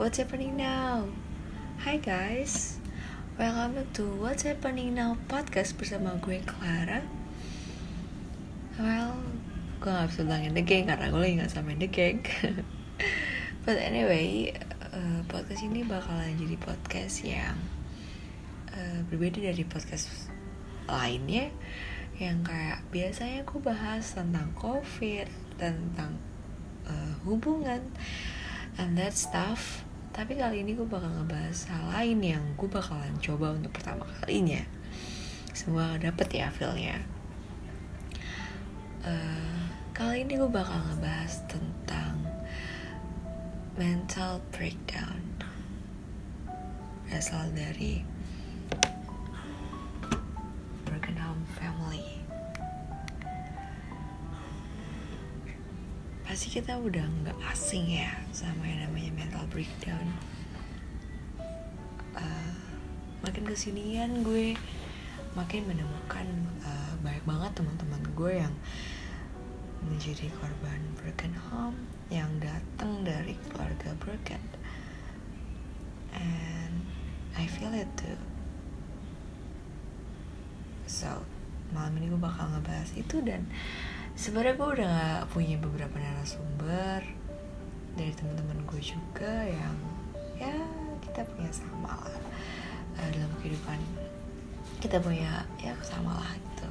What's happening now? Hai guys, welcome to What's Happening Now podcast bersama gue Clara. Well, gue gak bisa bilangin the gang karena gue lagi gak sama the gang. But anyway, podcast ini bakalan jadi podcast yang berbeda dari podcast lainnya, yang kayak biasanya gue bahas tentang COVID, tentang hubungan and that stuff. Tapi kali ini gue bakal ngebahas hal lain yang gue bakalan coba untuk pertama kalinya. Semoga dapet ya feel-nya. Kali ini gue bakal ngebahas tentang mental breakdown. Berasal dari broken home family. Pasti kita udah gak asing ya sama yang namanya mental breakdown. Makin kesinian gue makin menemukan banyak banget teman-teman gue yang menjadi korban broken home, yang datang dari keluarga broken, and I feel it too. So malam ini gue bakal ngebahas itu, dan sebenarnya gue udah gak punya beberapa narasumber dari teman-teman gue juga yang ya kita punya sama lah dalam kehidupan, kita punya ya sama lah gitu.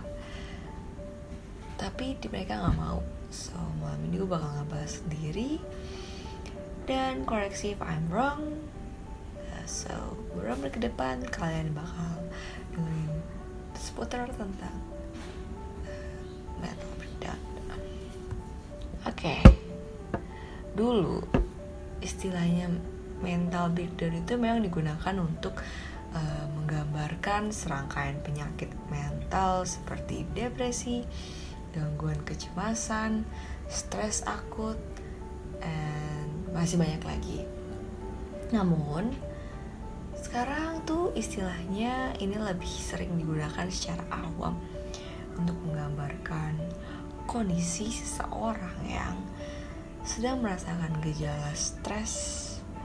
Tapi mereka gak mau. So malam ini gue bakal ngebahas sendiri, dan koreksi if I'm wrong. So beberapa menit ke depan kalian bakal dengerin seputar tentang mental breakdown. Oke. Dulu istilahnya mental breakdown itu memang digunakan untuk menggambarkan serangkaian penyakit mental seperti depresi, gangguan kecemasan, stres akut, dan masih banyak lagi. Namun sekarang tuh istilahnya ini lebih sering digunakan secara awam untuk menggambarkan kondisi seseorang yang sedang merasakan gejala stres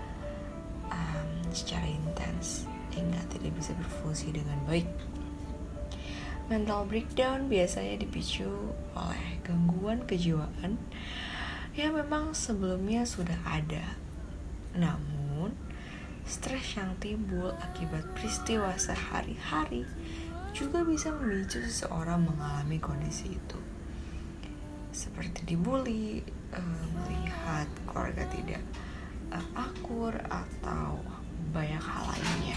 secara intens hingga tidak bisa berfungsi dengan baik. Mental breakdown biasanya dipicu oleh gangguan kejiwaan yang memang sebelumnya sudah ada. Namun, stres yang timbul akibat peristiwa sehari-hari juga bisa memicu seseorang mengalami kondisi itu. Seperti dibully, melihat keluarga tidak akur, atau banyak hal lainnya.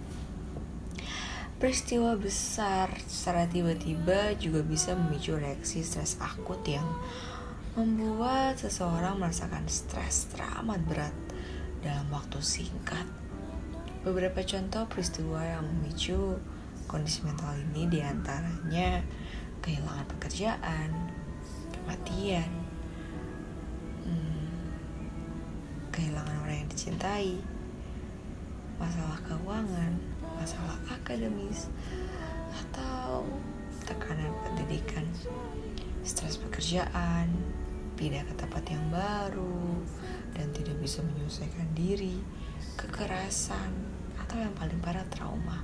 Peristiwa besar secara tiba-tiba juga bisa memicu reaksi stres akut yang membuat seseorang merasakan stres teramat berat dalam waktu singkat. Beberapa contoh peristiwa yang memicu kondisi mental ini diantaranya kehilangan pekerjaan, kematian, kehilangan orang yang dicintai, masalah keuangan, masalah akademis, atau tekanan pendidikan, stres pekerjaan, pindah ke tempat yang baru dan tidak bisa menyelesaikan diri, kekerasan, atau yang paling parah trauma.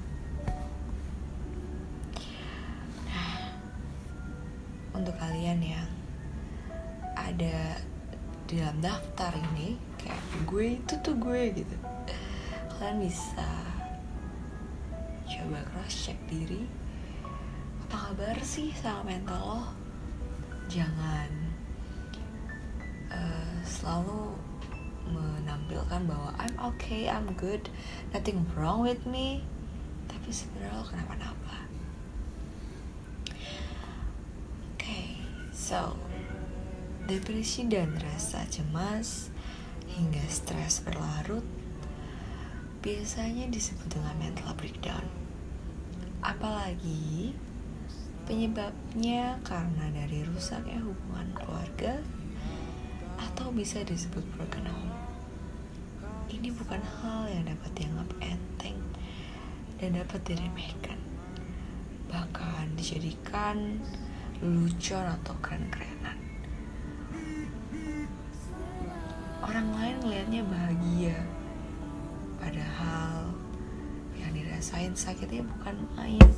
Nah, untuk kalian yang ada di dalam daftar ini, kayak gue itu tuh gue gitu, kalian bisa coba cross check diri, apa kabar sih sama mental lo. Jangan selalu menampilkan bahwa I'm okay, I'm good, nothing wrong with me, tapi sebenarnya lo kenapa-napa. Okay, so depresi dan rasa cemas hingga stres berlarut biasanya disebut dengan mental breakdown. Apalagi penyebabnya karena dari rusaknya hubungan keluarga atau bisa disebut broken home. Ini bukan hal yang dapat dianggap enteng dan dapat diremehkan, bahkan dijadikan lelucon atau keren-kerenan. Orang lain ngelihatnya bahagia, Padahal yang dirasain sakitnya bukan main.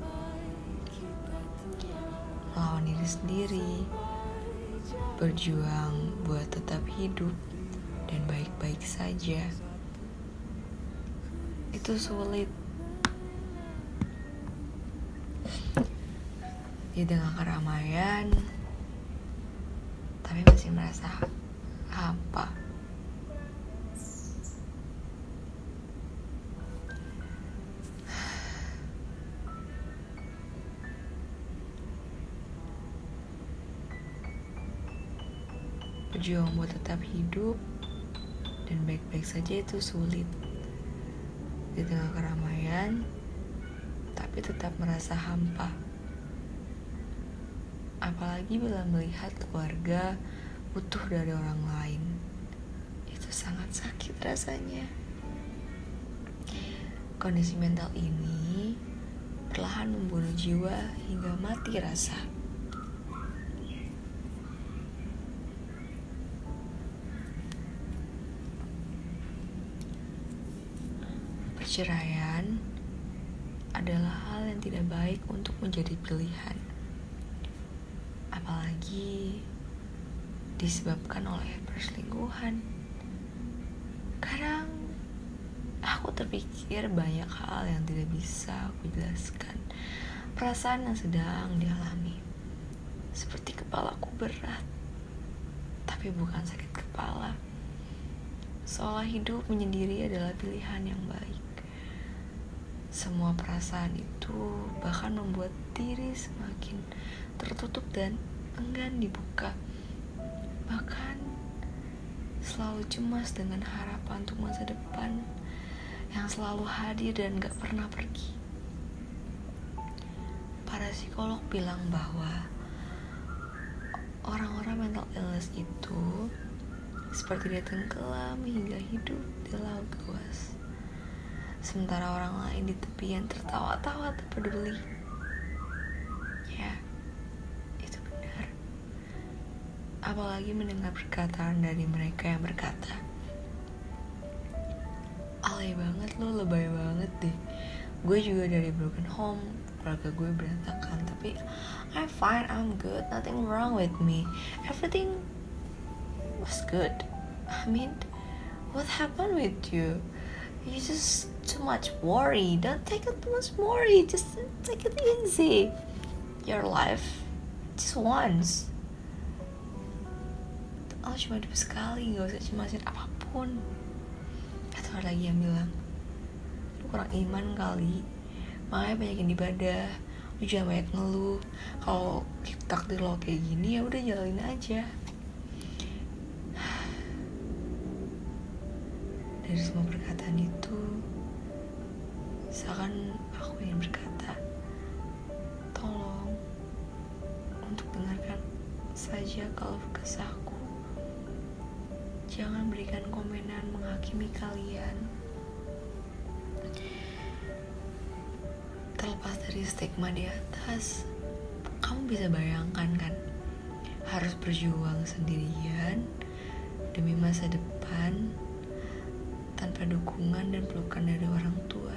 Melawan diri sendiri, berjuang buat tetap hidup dan baik-baik saja, itu sulit. Di tengah keramaian, tapi masih merasa hampa. Berjuang buat tetap hidup dan baik-baik saja itu sulit. Di tengah keramaian, tapi tetap merasa hampa. Apalagi bila melihat keluarga butuh dari orang lain. Itu sangat sakit rasanya. Kondisi mental ini perlahan membunuh jiwa hingga mati rasa. Perceraian adalah hal yang tidak baik untuk menjadi pilihan. Apalagi disebabkan oleh perselingkuhan. Kadang aku terpikir banyak hal yang tidak bisa aku jelaskan. Perasaan yang sedang dialami. Seperti kepalaku berat, tapi bukan sakit kepala. Seolah hidup menyendiri adalah pilihan yang baik. Semua perasaan itu bahkan membuat diri semakin tertutup dan enggan dibuka. Bahkan selalu cemas dengan harapan untuk masa depan yang selalu hadir dan gak pernah pergi. Para psikolog bilang bahwa orang-orang mental illness itu seperti dia tenggelam hingga hidup di laut luas. Sementara orang lain di tepian tertawa-tawa tak peduli. Ya, itu benar. Apalagi mendengar perkataan dari mereka yang berkata, "Alay banget lo, lebay banget deh. Gue juga dari broken home, keluarga gue berantakan, tapi I'm fine, I'm good, nothing wrong with me. Everything was good. I mean, what happened with you? You just too much worry. Don't take it too much worry. Just take it easy. Your life just once. Oh, cuma hidup sekali, gak usah cemasin apapun." Atau ada lagi yang bilang, "Lu kurang iman kali, makanya banyakin ibadah. Lu jangan banyak ngeluh. Kalau takdir lo kayak gini, ya udah jalanin aja." Dari semua perkataan itu, seakan aku ingin berkata, tolong untuk dengarkan saja kalau kesahku. Jangan berikan komenan menghakimi kalian. Terlepas dari stigma di atas, kamu bisa bayangkan kan, harus berjuang sendirian demi masa depan tanpa dukungan dan pelukan dari orang tua.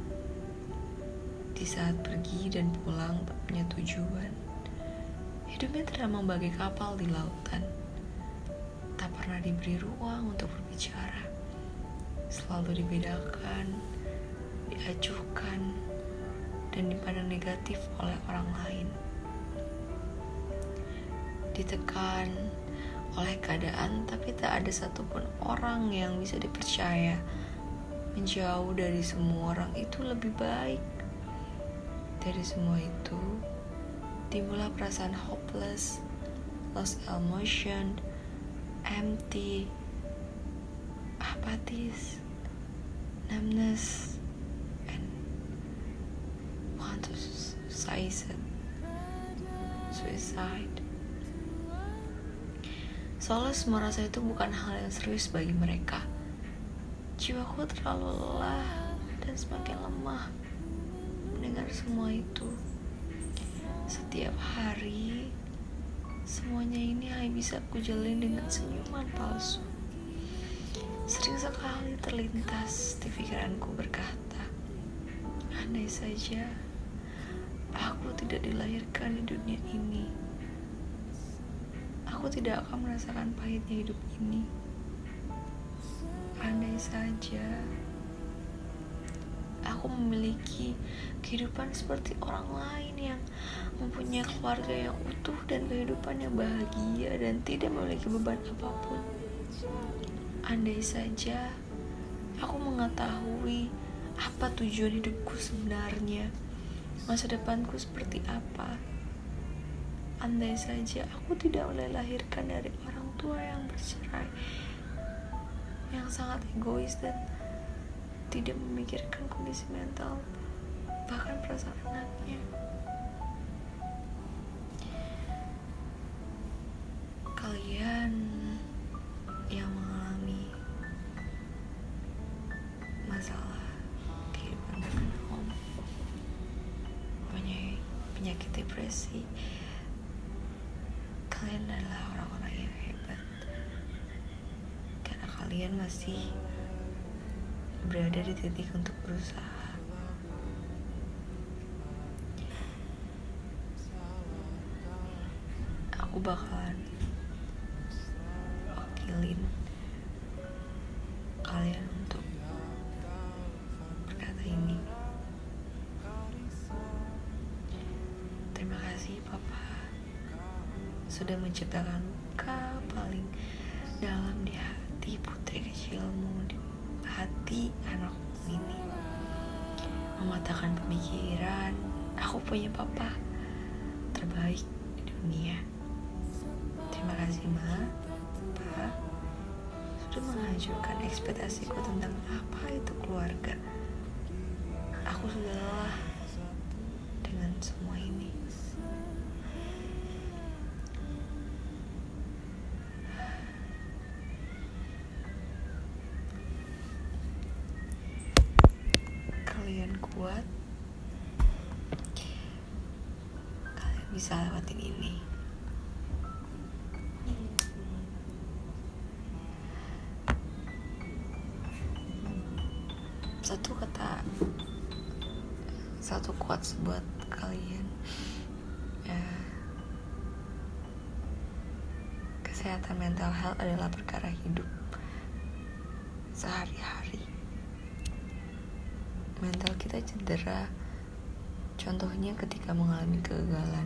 Di saat pergi dan pulang tak punya tujuan, hidupnya teramang bagai kapal di lautan. Tak pernah diberi ruang untuk berbicara. Selalu dibedakan, diacuhkan, dan dipandang negatif oleh orang lain. Ditekan oleh keadaan, tapi tak ada satupun orang yang bisa dipercaya. Menjauh dari semua orang itu lebih baik. Dari semua itu, timbullah perasaan hopeless, lost emotion, empty, apatis, numbness, and want to suicide. Soalnya semua rasa itu bukan hal yang serius bagi mereka. Jiwaku terlalu lelah dan semakin lemah mendengar semua itu. Setiap hari, semuanya ini hanya bisa aku jalin dengan senyuman palsu. Sering sekali terlintas di pikiranku berkata, andai saja aku tidak dilahirkan di dunia ini, aku tidak akan merasakan pahitnya hidup ini. Andai saja aku memiliki kehidupan seperti orang lain yang mempunyai keluarga yang utuh dan kehidupan yang bahagia dan tidak memiliki beban apapun. Andai saja aku mengetahui apa tujuan hidupku sebenarnya, masa depanku seperti apa. Andai saja aku tidak dilahirkan dari orang tua yang bercerai, yang sangat egois dan tidak memikirkan kondisi mental bahkan perasaan anaknya. Kalian yang mengalami masalah kehidupan broken home, mempunyai penyakit depresi, kalian adalah orang-orang yang hebat karena kalian masih berada di titik untuk berusaha. Aku bakalan wakilin kalian untuk berkata ini. Terima kasih Papa sudah menciptakan luka paling dalam di hati putri kecilmu, di hati anakmu ini, mematahkan pemikiran aku punya papa terbaik di dunia. Terima kasih Ma, Pa, sudah menghancurkan ekspektasiku tentang apa itu keluarga. Aku sudah lelah dengan semua ini. Kalian kuat, kalian bisa lewatin ini. Satu quotes buat kalian ya, kesehatan mental health adalah perkara hidup sehari-hari. Mental kita cedera, contohnya ketika mengalami kegagalan.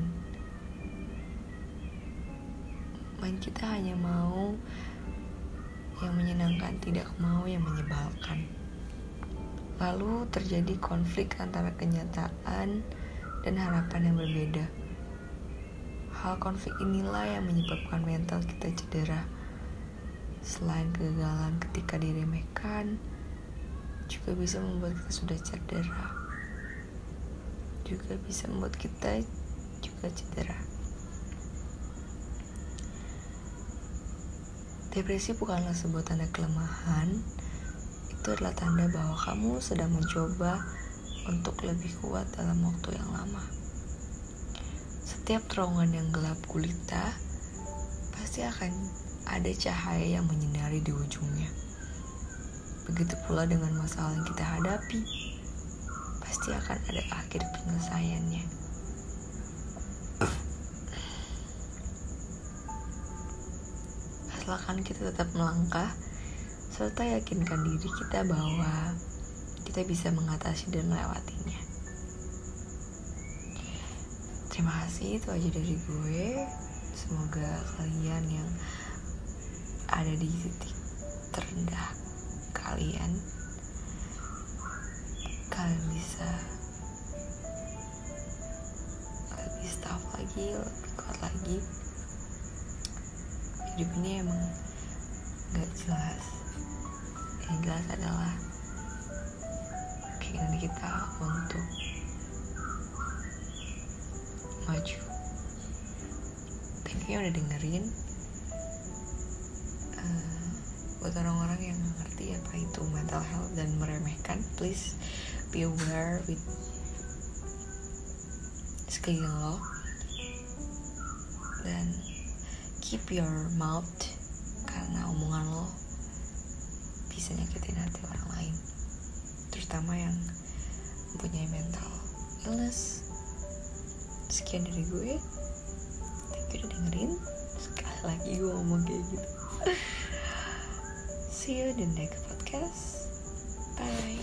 Mind kita hanya mau yang menyenangkan, tidak mau yang menyebalkan. Lalu terjadi konflik antara kenyataan dan harapan yang berbeda. Hal konflik inilah yang menyebabkan mental kita cedera. Selain kegagalan ketika diremehkan, juga bisa membuat kita sudah cedera. Juga bisa membuat kita juga cedera. Depresi bukanlah sebuah tanda kelemahan. Itu adalah tanda bahwa kamu sedang mencoba untuk lebih kuat dalam waktu yang lama. Setiap terowongan yang gelap gulita pasti akan ada cahaya yang menyinari di ujungnya. Begitu pula dengan masalah yang kita hadapi, pasti akan ada akhir penyelesaiannya. Asalkan kita tetap melangkah serta yakinkan diri kita bahwa kita bisa mengatasi dan melewatinya. Terima kasih, itu aja dari gue. Semoga kalian yang ada di titik terendah kalian bisa lebih tough lagi, lebih kuat lagi. Hidup ini emang gak jelas. Yang jelas adalah keinginan kita untuk maju. Thank you udah dengerin. Buat orang-orang yang gak ngerti apa itu mental health dan meremehkan, please be aware with sekeliling lo, dan keep your mouth, karena omongan lo bisa bisa nyakitin hati orang lain, terutama yang mempunyai mental illness. Sekian dari gue, thank you udah dengerin. Sekali lagi gue ngomong kayak gitu. See you in the next podcast. Bye.